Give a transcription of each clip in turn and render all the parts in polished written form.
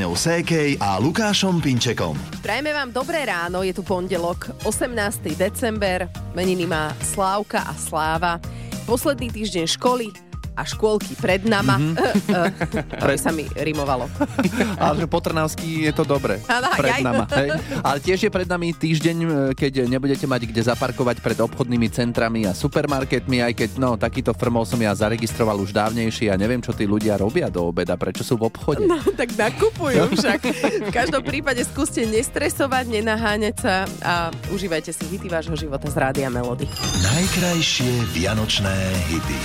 Táňou Sékej a Lukášom Pinčekom. Prajeme vám dobré ráno, je tu pondelok, 18. december, meniny má Slávka a Sláva. Posledný týždeň školy a škôlky pred nama. Aby sa mi rimovalo. Ale že po trnavsky je to dobre. Pred nama. Hej. Ale tiež je pred nami týždeň, keď nebudete mať kde zaparkovať pred obchodnými centrami a supermarketmi, aj keď takýto firmov som ja zaregistroval už dávnejšie a neviem, čo tí ľudia robia do obeda, prečo sú v obchode. No, tak nakupujú však. V každom prípade skúste nestresovať, nenaháňať sa a užívajte si hity vášho života z Rádia Melody. Najkrajšie vianočné hity.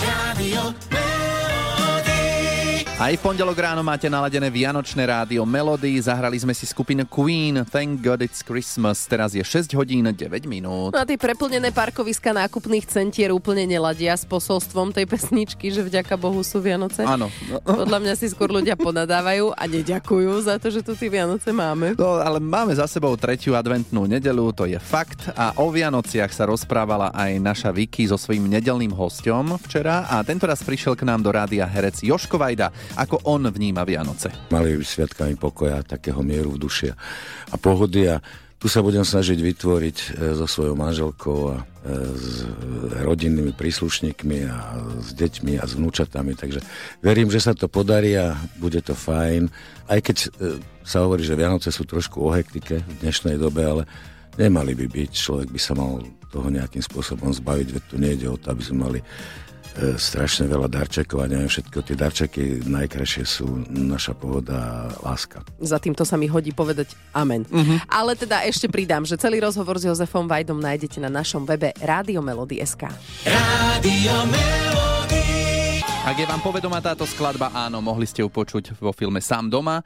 Aj v pondelok ráno máte naladené vianočné rádio Melody. Zahrali sme si skupinu Queen, Thank God It's Christmas. Teraz je 6 hodín 9 minút. No a tie preplnené parkoviska nákupných centier úplne neladia s posolstvom tej pesničky, že vďaka Bohu sú Vianoce. Áno. Podľa mňa si skôr ľudia ponadávajú a neďakujú za to, že tu tie Vianoce máme. No, ale máme za sebou 3. adventnú nedeľu, to je fakt. A o Vianociach sa rozprávala aj naša Vicky so svojím nedeľným hosťom včera. A tentoraz prišiel k nám do rádia herec Jožko Vajda. Ako on vníma Vianoce? Mali sviatkami pokoja, takého mieru v duši a pohody a tu sa budem snažiť vytvoriť so svojou manželkou a s rodinnými príslušníkmi a s deťmi a s vnúčatami, takže verím, že sa to podarí a bude to fajn. Aj keď sa hovorí, že Vianoce sú trošku o hektike v dnešnej dobe, ale nemali by byť, človek by sa mal toho nejakým spôsobom zbaviť, veď tu nejde o to, aby sme mali strašne veľa darčekov a neviem všetko. Tie darčeky najkrajšie sú naša pohoda a láska. Za týmto sa mi hodí povedať amen. Ale teda ešte pridám, že celý rozhovor s Jozefom Vajdom nájdete na našom webe radiomelody.sk. Rádio Melody. Ak je vám povedomá táto skladba, áno, mohli ste ju počuť vo filme Sám doma.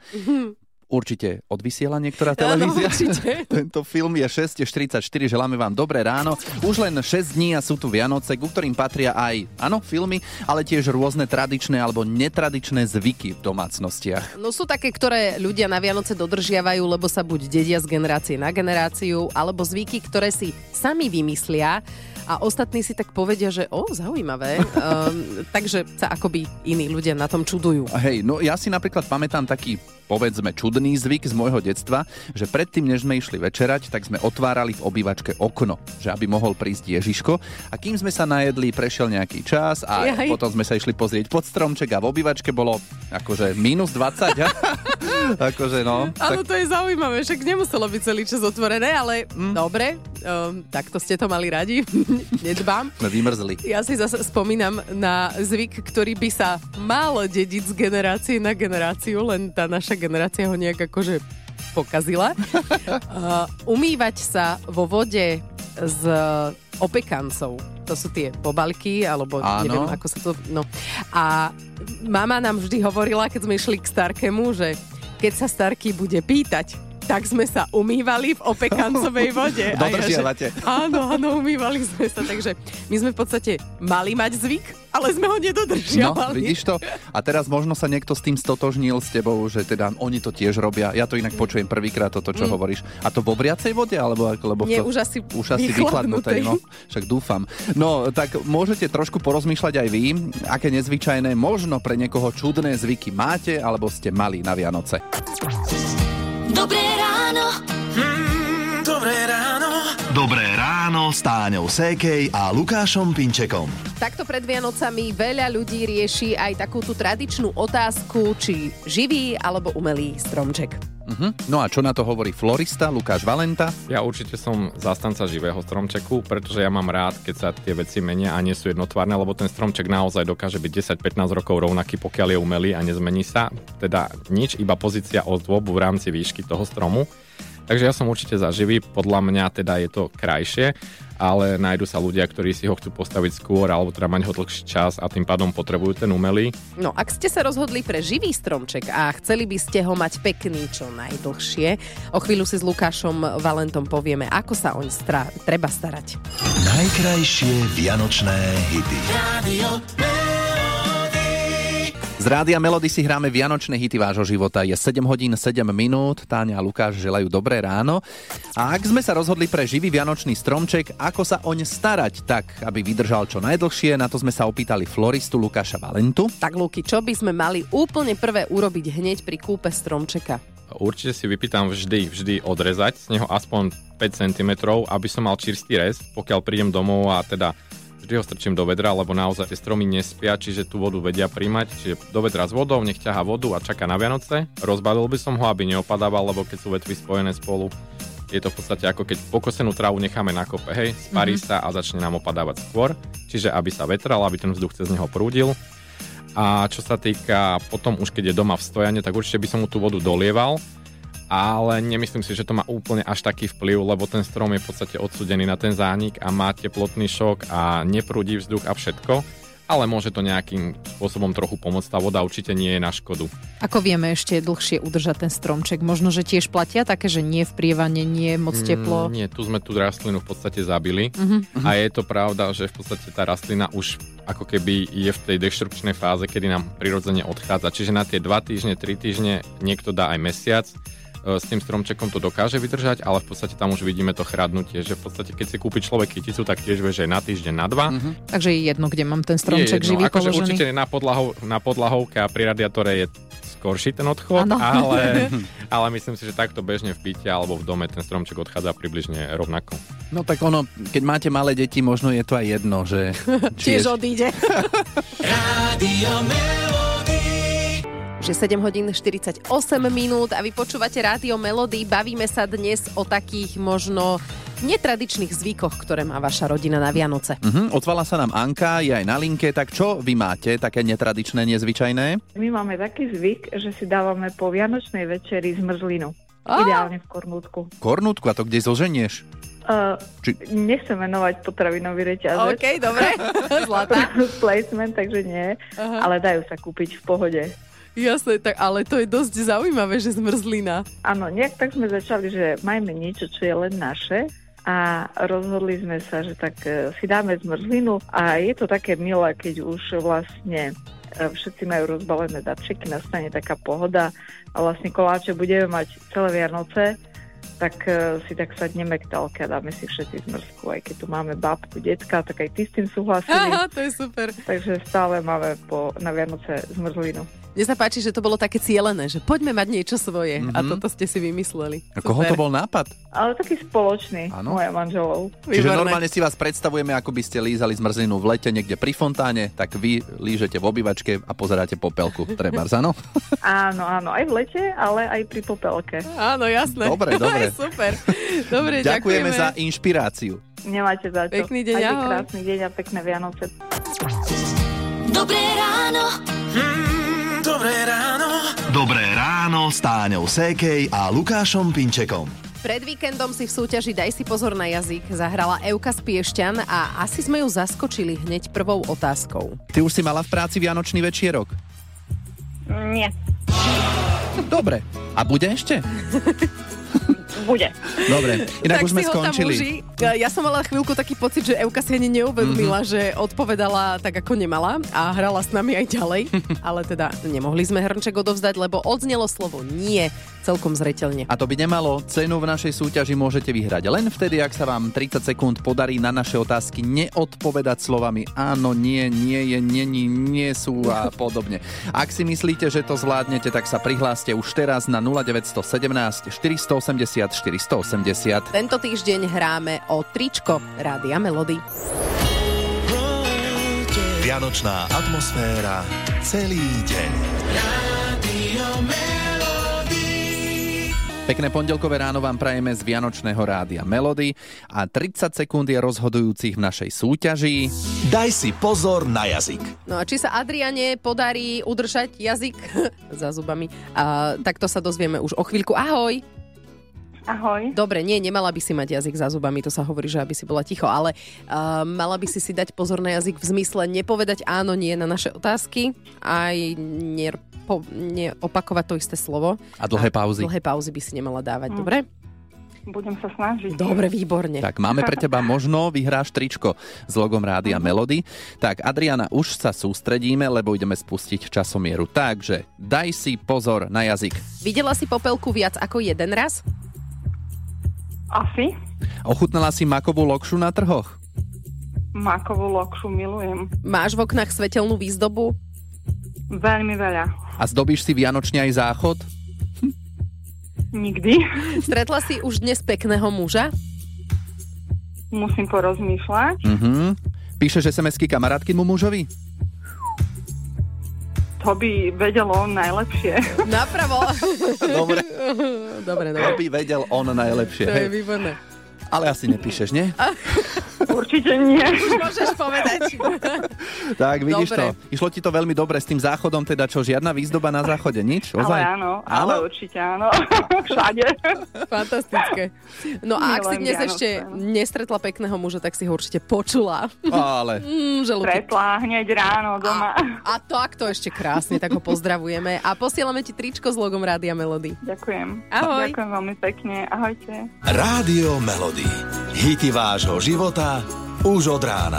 Určite odvysiela niektorá televízia. Tento film je 6:44, želáme vám dobré ráno. Už len 6 dní a sú tu Vianoce, ku ktorým patria aj, filmy, ale tiež rôzne tradičné alebo netradičné zvyky v domácnostiach. No sú také, ktoré ľudia na Vianoce dodržiavajú, lebo sa buď dedia z generácie na generáciu, alebo zvyky, ktoré si sami vymyslia a ostatní si tak povedia, že zaujímavé. Takže sa akoby iní ľudia na tom čudujú. Hej, no ja si napríklad pamätám taký povedzme čudný zvyk z môjho detstva, že predtým, než sme išli večerať, tak sme otvárali v obývačke okno, že aby mohol prísť Ježiško. A kým sme sa najedli, prešiel nejaký čas a potom sme sa išli pozrieť pod stromček a v obývačke bolo akože minus 20. Akože Áno, to je zaujímavé, však nemuselo byť celý čas otvorené, ale dobre, takto ste to mali radi, nedbám. Sme vymrzli. Ja si zase spomínam na zvyk, ktorý by sa mal dediť z generácie na generáciu, len tá naša generácia ho nejak akože pokazila. Umývať sa vo vode s opekancov. To sú tie bobalky, alebo neviem, ako sa to... No. A mama nám vždy hovorila, keď sme išli k Starkému, že keď sa Starký bude pýtať, tak sme sa umývali v opekancovej vode. Dodržiavate. Áno, umývali sme sa, takže my sme v podstate mali mať zvyk, ale sme ho nedodržiavali. No, vidíš to? A teraz možno sa niekto s tým stotožnil s tebou, že teda oni to tiež robia. Ja to inak počujem prvýkrát toto, čo hovoríš. A to vo vriacej vode? Alebo nie, už asi vychladnutej. No, však dúfam. No, tak môžete trošku porozmýšľať aj vy, aké nezvyčajné, možno pre niekoho čudné zvyky máte, alebo ste mali na Vianoce. Dobré ráno. Dobré ráno. Dobré ráno s Táňou Sékej a Lukášom Pinčekom. Takto pred Vianocami veľa ľudí rieši aj takú tú tradičnú otázku, či živý alebo umelý stromček. No a čo na to hovorí florista Lukáš Valenta? Ja určite som zastanca živého stromčeku, pretože ja mám rád, keď sa tie veci menia a nie sú jednotvárne, lebo ten stromček naozaj dokáže byť 10-15 rokov rovnaký, pokiaľ je umelý a nezmení sa. Teda nič, iba pozícia ozdôb v rámci výšky toho stromu. Takže ja som určite za živý, podľa mňa teda je to krajšie, ale nájdu sa ľudia, ktorí si ho chcú postaviť skôr alebo teda mať ho dlhší čas a tým pádom potrebujú ten umelý. No, ak ste sa rozhodli pre živý stromček a chceli by ste ho mať pekný čo najdlhšie, o chvíľu si s Lukášom Valentom povieme, ako sa oň treba starať. Najkrajšie vianočné hity. Rádio Z Rádia Melody si hráme vianočné hity vášho života. Je 7 hodín 7 minút. Táňa a Lukáš želajú dobré ráno. A ak sme sa rozhodli pre živý vianočný stromček, ako sa oň starať tak, aby vydržal čo najdlhšie, na to sme sa opýtali floristu Lukáša Valentu. Tak Luky, čo by sme mali úplne prvé urobiť hneď pri kúpe stromčeka? určite si vypýtam vždy odrezať z neho aspoň 5 cm, aby som mal čistý rez, pokiaľ prídem domov a teda vždy ho strčím do vedra, lebo naozaj tie stromy nespia, čiže tú vodu vedia príjmať, čiže do vedra s vodou, nech ťahá vodu a čaká na Vianoce. Rozbalil by som ho, aby neopadával, lebo keď sú vetvy spojené spolu, je to v podstate ako keď pokosenú trávu necháme na kope, hej, sparí sa a začne nám opadávať skôr, čiže aby sa vetral, aby ten vzduch cez neho prúdil. A čo sa týka potom už keď je doma v stojane, tak určite by som mu tú vodu dolieval, ale nemyslím si, že to má úplne až taký vplyv, lebo ten strom je v podstate odsúdený na ten zánik a má teplotný šok a neprúdi vzduch a všetko, ale môže to nejakým spôsobom trochu pomôcť. Tá voda určite nie je na škodu. Ako vieme ešte dlhšie udržať ten stromček? Možno, že tiež platia také, že nie v prievane, nie moc teplo? Nie, tu sme tú rastlinu v podstate zabili a je to pravda, že v podstate tá rastlina už ako keby je v tej deštrukčnej fáze, kedy nám prirodzene odchádza. Čiže na tie 2 týždne, 3 týždne, niekto dá aj mesiac, s tým stromčekom to dokáže vydržať, ale v podstate tam už vidíme to chradnutie, že v podstate keď si kúpi človek kyticu, tak tiež vie, že je na týždeň, na 2. Takže je jedno, kde mám ten stromček živý akože položený. Určite na podlahovke a pri radiátore je skorší ten odchod, ale myslím si, že takto bežne v byte alebo v dome ten stromček odchádza približne rovnako. No tak ono, keď máte malé deti, možno je to aj jedno, že tiež odíde. Rádio Melody. Že 7 hodín 48 minút a vy počúvate Rádio Melody. Bavíme sa dnes o takých možno netradičných zvykoch, ktoré má vaša rodina na Vianoce. Ozvala sa nám Anka, je aj na linke, tak čo vy máte také netradičné, nezvyčajné? My máme taký zvyk, že si dávame po vianočnej večeri zmrzlinu. Ideálne v kornútku. Kornútku? A to kde zoženieš? Nechcem menovať potravinový reťazec. OK, dobre. Zlatá. Placement, takže nie. Ale dajú sa kúpiť v pohode. Jasné, tak, ale to je dosť zaujímavé, že zmrzlina. Áno, nejak tak sme začali, že majme niečo, čo je len naše a rozhodli sme sa, že tak si dáme zmrzlinu a je to také milé, keď už vlastne všetci majú rozbalené darčeky, nastane taká pohoda a vlastne koláče budeme mať celé Vianoce, tak si tak sadneme k telke a dáme si všetci zmrzku. Aj keď tu máme babku, detka, tak aj ty s tým súhlasili. Aha, to je super. Takže stále máme na Vianoce zmrzlinu. Mne sa páči, že to bolo také cielené, že poďme mať niečo svoje a toto ste si vymysleli. A koho to bol nápad? Ale taký spoločný, moja manželov. Čiže normálne si vás predstavujeme, ako by ste lízali zmrzlinu v lete niekde pri fontáne, tak vy lížete v obývačke a pozeráte popelku. Trebárs, áno? Áno, aj v lete, ale aj pri popelke. Áno, jasné. Dobre. Super. Dobre, ďakujeme za inšpiráciu. Nemáte za čo. Pekný deň, ahoj. Krásny deň a pekné Vianoce. Dobré ráno. Dobré ráno. Dobré ráno s Táňou Sékej a Lukášom Pinčekom. Pred víkendom si v súťaži Daj si pozor na jazyk zahrala Evka z Piešťan a asi sme ju zaskočili hneď prvou otázkou. Ty už si mala v práci vianočný večierok? Nie. Dobre. A bude ešte? Bude. Dobre, inak tak už sme si ho skončili. Tam uži. Ja som mala chvíľku taký pocit, že Evka si ani neuvedomila, že odpovedala tak, ako nemala a hrala s nami aj ďalej. Ale teda nemohli sme hrnček odovzdať, lebo odznelo slovo nie celkom zreteľne. A to by nemalo. Cenu v našej súťaži môžete vyhrať len vtedy, ak sa vám 30 sekúnd podarí na naše otázky neodpovedať slovami áno, nie, nie je, není, nie sú a podobne. Ak si myslíte, že to zvládnete, tak sa prihláste už teraz na 0917 480 480. Tento týždeň hráme o tričko Rádia Melody. Vianočná atmosféra celý deň. Rádio Melody. Pekné pondelkové ráno vám prajeme z Vianočného Rádia Melody a 30 sekúnd je rozhodujúcich v našej súťaži. Daj si pozor na jazyk. No a či sa Adriane podarí udržať jazyk za zubami, tak to sa dozvieme už o chvíľku. Ahoj! Ahoj. Dobre, nemala by si mať jazyk za zubami, to sa hovorí, že aby si bola ticho, ale mala by si dať pozor na jazyk v zmysle nepovedať áno, nie na naše otázky, aj neopakovať to isté slovo. A dlhé pauzy. Dlhé pauzy by si nemala dávať, dobre? Budem sa snažiť. Dobre, výborne. Tak máme pre teba možno, vyhráš tričko s logom Rádia Melody. Tak Adriana, už sa sústredíme, lebo ideme spustiť časomieru. Takže daj si pozor na jazyk. Videla si popelku viac ako jeden raz? Asi. Ochutnala si makovú lokšu na trhoch? Makovú lokšu milujem. Máš v oknách svetelnú výzdobu? Veľmi veľa. A zdobíš si vianočne aj záchod? Nikdy. Stretla si už dnes pekného muža? Musím porozmýšľať. Píšeš SMS-ky kamarátkymu mužovi? To by vedel on najlepšie. Napravo. Dobre. Dobre. To by vedel on najlepšie. To je výborné. Ale asi nepíšeš, nie? Určite nie. Už môžeš povedať. Tak, vidíš dobre. to. Išlo ti to veľmi dobre s tým záchodom, teda čo, žiadna výzdoba na záchode, nič? Ozaj? Ale určite áno. Všade. Fantastické. No a ak si dnes ešte nestretla pekného muža, tak si ho určite počula. Ale. Stretla hneď ráno doma. A tak to ešte krásne, tak ho pozdravujeme. A posielame ti tričko s logom Rádia Melody. Ďakujem. Ahoj. Ďakujem veľmi pekne. Ahojte. Rádio Melody. Hity vášho života už od rána.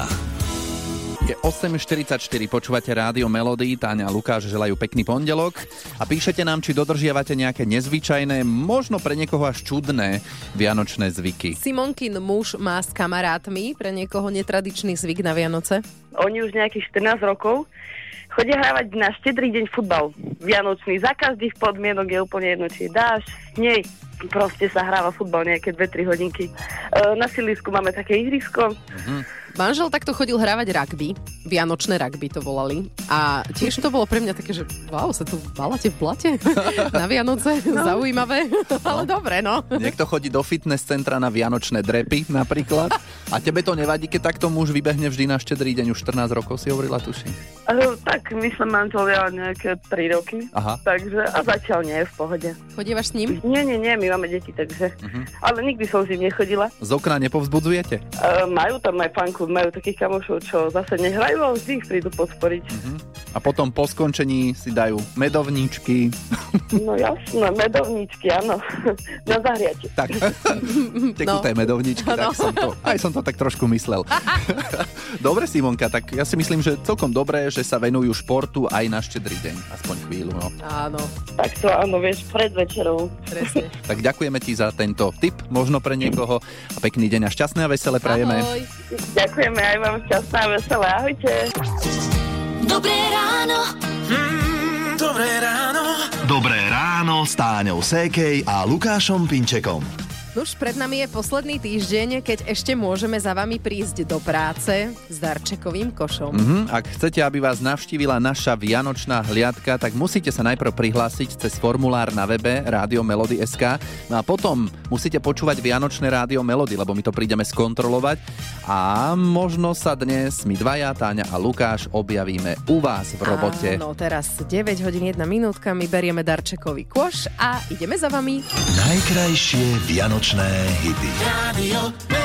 Je 8.44, počúvate Rádio Melody, Táňa a Lukáš želajú pekný pondelok a píšete nám, či dodržiavate nejaké nezvyčajné, možno pre niekoho až čudné vianočné zvyky. Simonkin muž má s kamarátmi pre niekoho netradičný zvyk na Vianoce. Oni už nejakých 14 rokov chodia hrávať na štedrý deň futbal. Vianočný. Za každých podmienok je úplne jedno, či dáš, snej. Proste sa hráva futbal nejaké 2-3 hodinky. Na sídlisku máme také ihrisko. Manžel takto chodil hrávať rugby, vianočné rugby to volali. A tiež to bolo pre mňa také, že wow, sa tu balate v blate na Vianoce, zaujímavé, ale dobre, no. Niekto chodí do fitness centra na vianočné drepy napríklad. A tebe to nevadí, keď takto muž vybehne vždy na štedrý deň, už 14 rokov si hovorila, tuším. Tak myslím, manžel ja nejaké 3 roky. Aha. Takže a zatiaľ nie, v pohode. Chodívaš s ním? Nie, my máme deti, takže. Ale nikdy som s ním nechodila. Z okna nepovzbudzujete? Majú tam aj fanklub, majú takých kamošov, čo zase nehrajú, ale vždy ich prídu podporiť. A potom po skončení si dajú medovníčky. No jasné, medovníčky, áno. Na zahriate. Tak, tekuté medovníčky, tak som to tak trošku myslel. Dobre, Simonka, tak ja si myslím, že celkom dobré, že sa venujú športu aj na štedrý deň, aspoň chvíľu. No. Áno. Tak to áno, vieš, pred večerou. Presne. Tak ďakujeme ti za tento tip, možno pre niekoho. A pekný deň a šťastné a veselé prajeme. Ahoj. Ďakujeme aj vám šťastné a veselé. Ahojte. Dobré ráno. Dobré ráno. Dobré ráno s Táňou Sékej a Lukášom Pinčekom. Už pred nami je posledný týždeň, keď ešte môžeme za vami prísť do práce s darčekovým košom. Ak chcete, aby vás navštívila naša vianočná hliadka, tak musíte sa najprv prihlásiť cez formulár na webe Rádio Melody.sk. No a potom musíte počúvať Vianočné Rádio Melody, lebo my to prídeme skontrolovať. A možno sa dnes my dvaja, Táňa a Lukáš, objavíme u vás v robote. Áno, teraz 9 hodín 1 minútka, my berieme darčekový koš a ideme za vami. Najkrajšie vianočné hity. Radio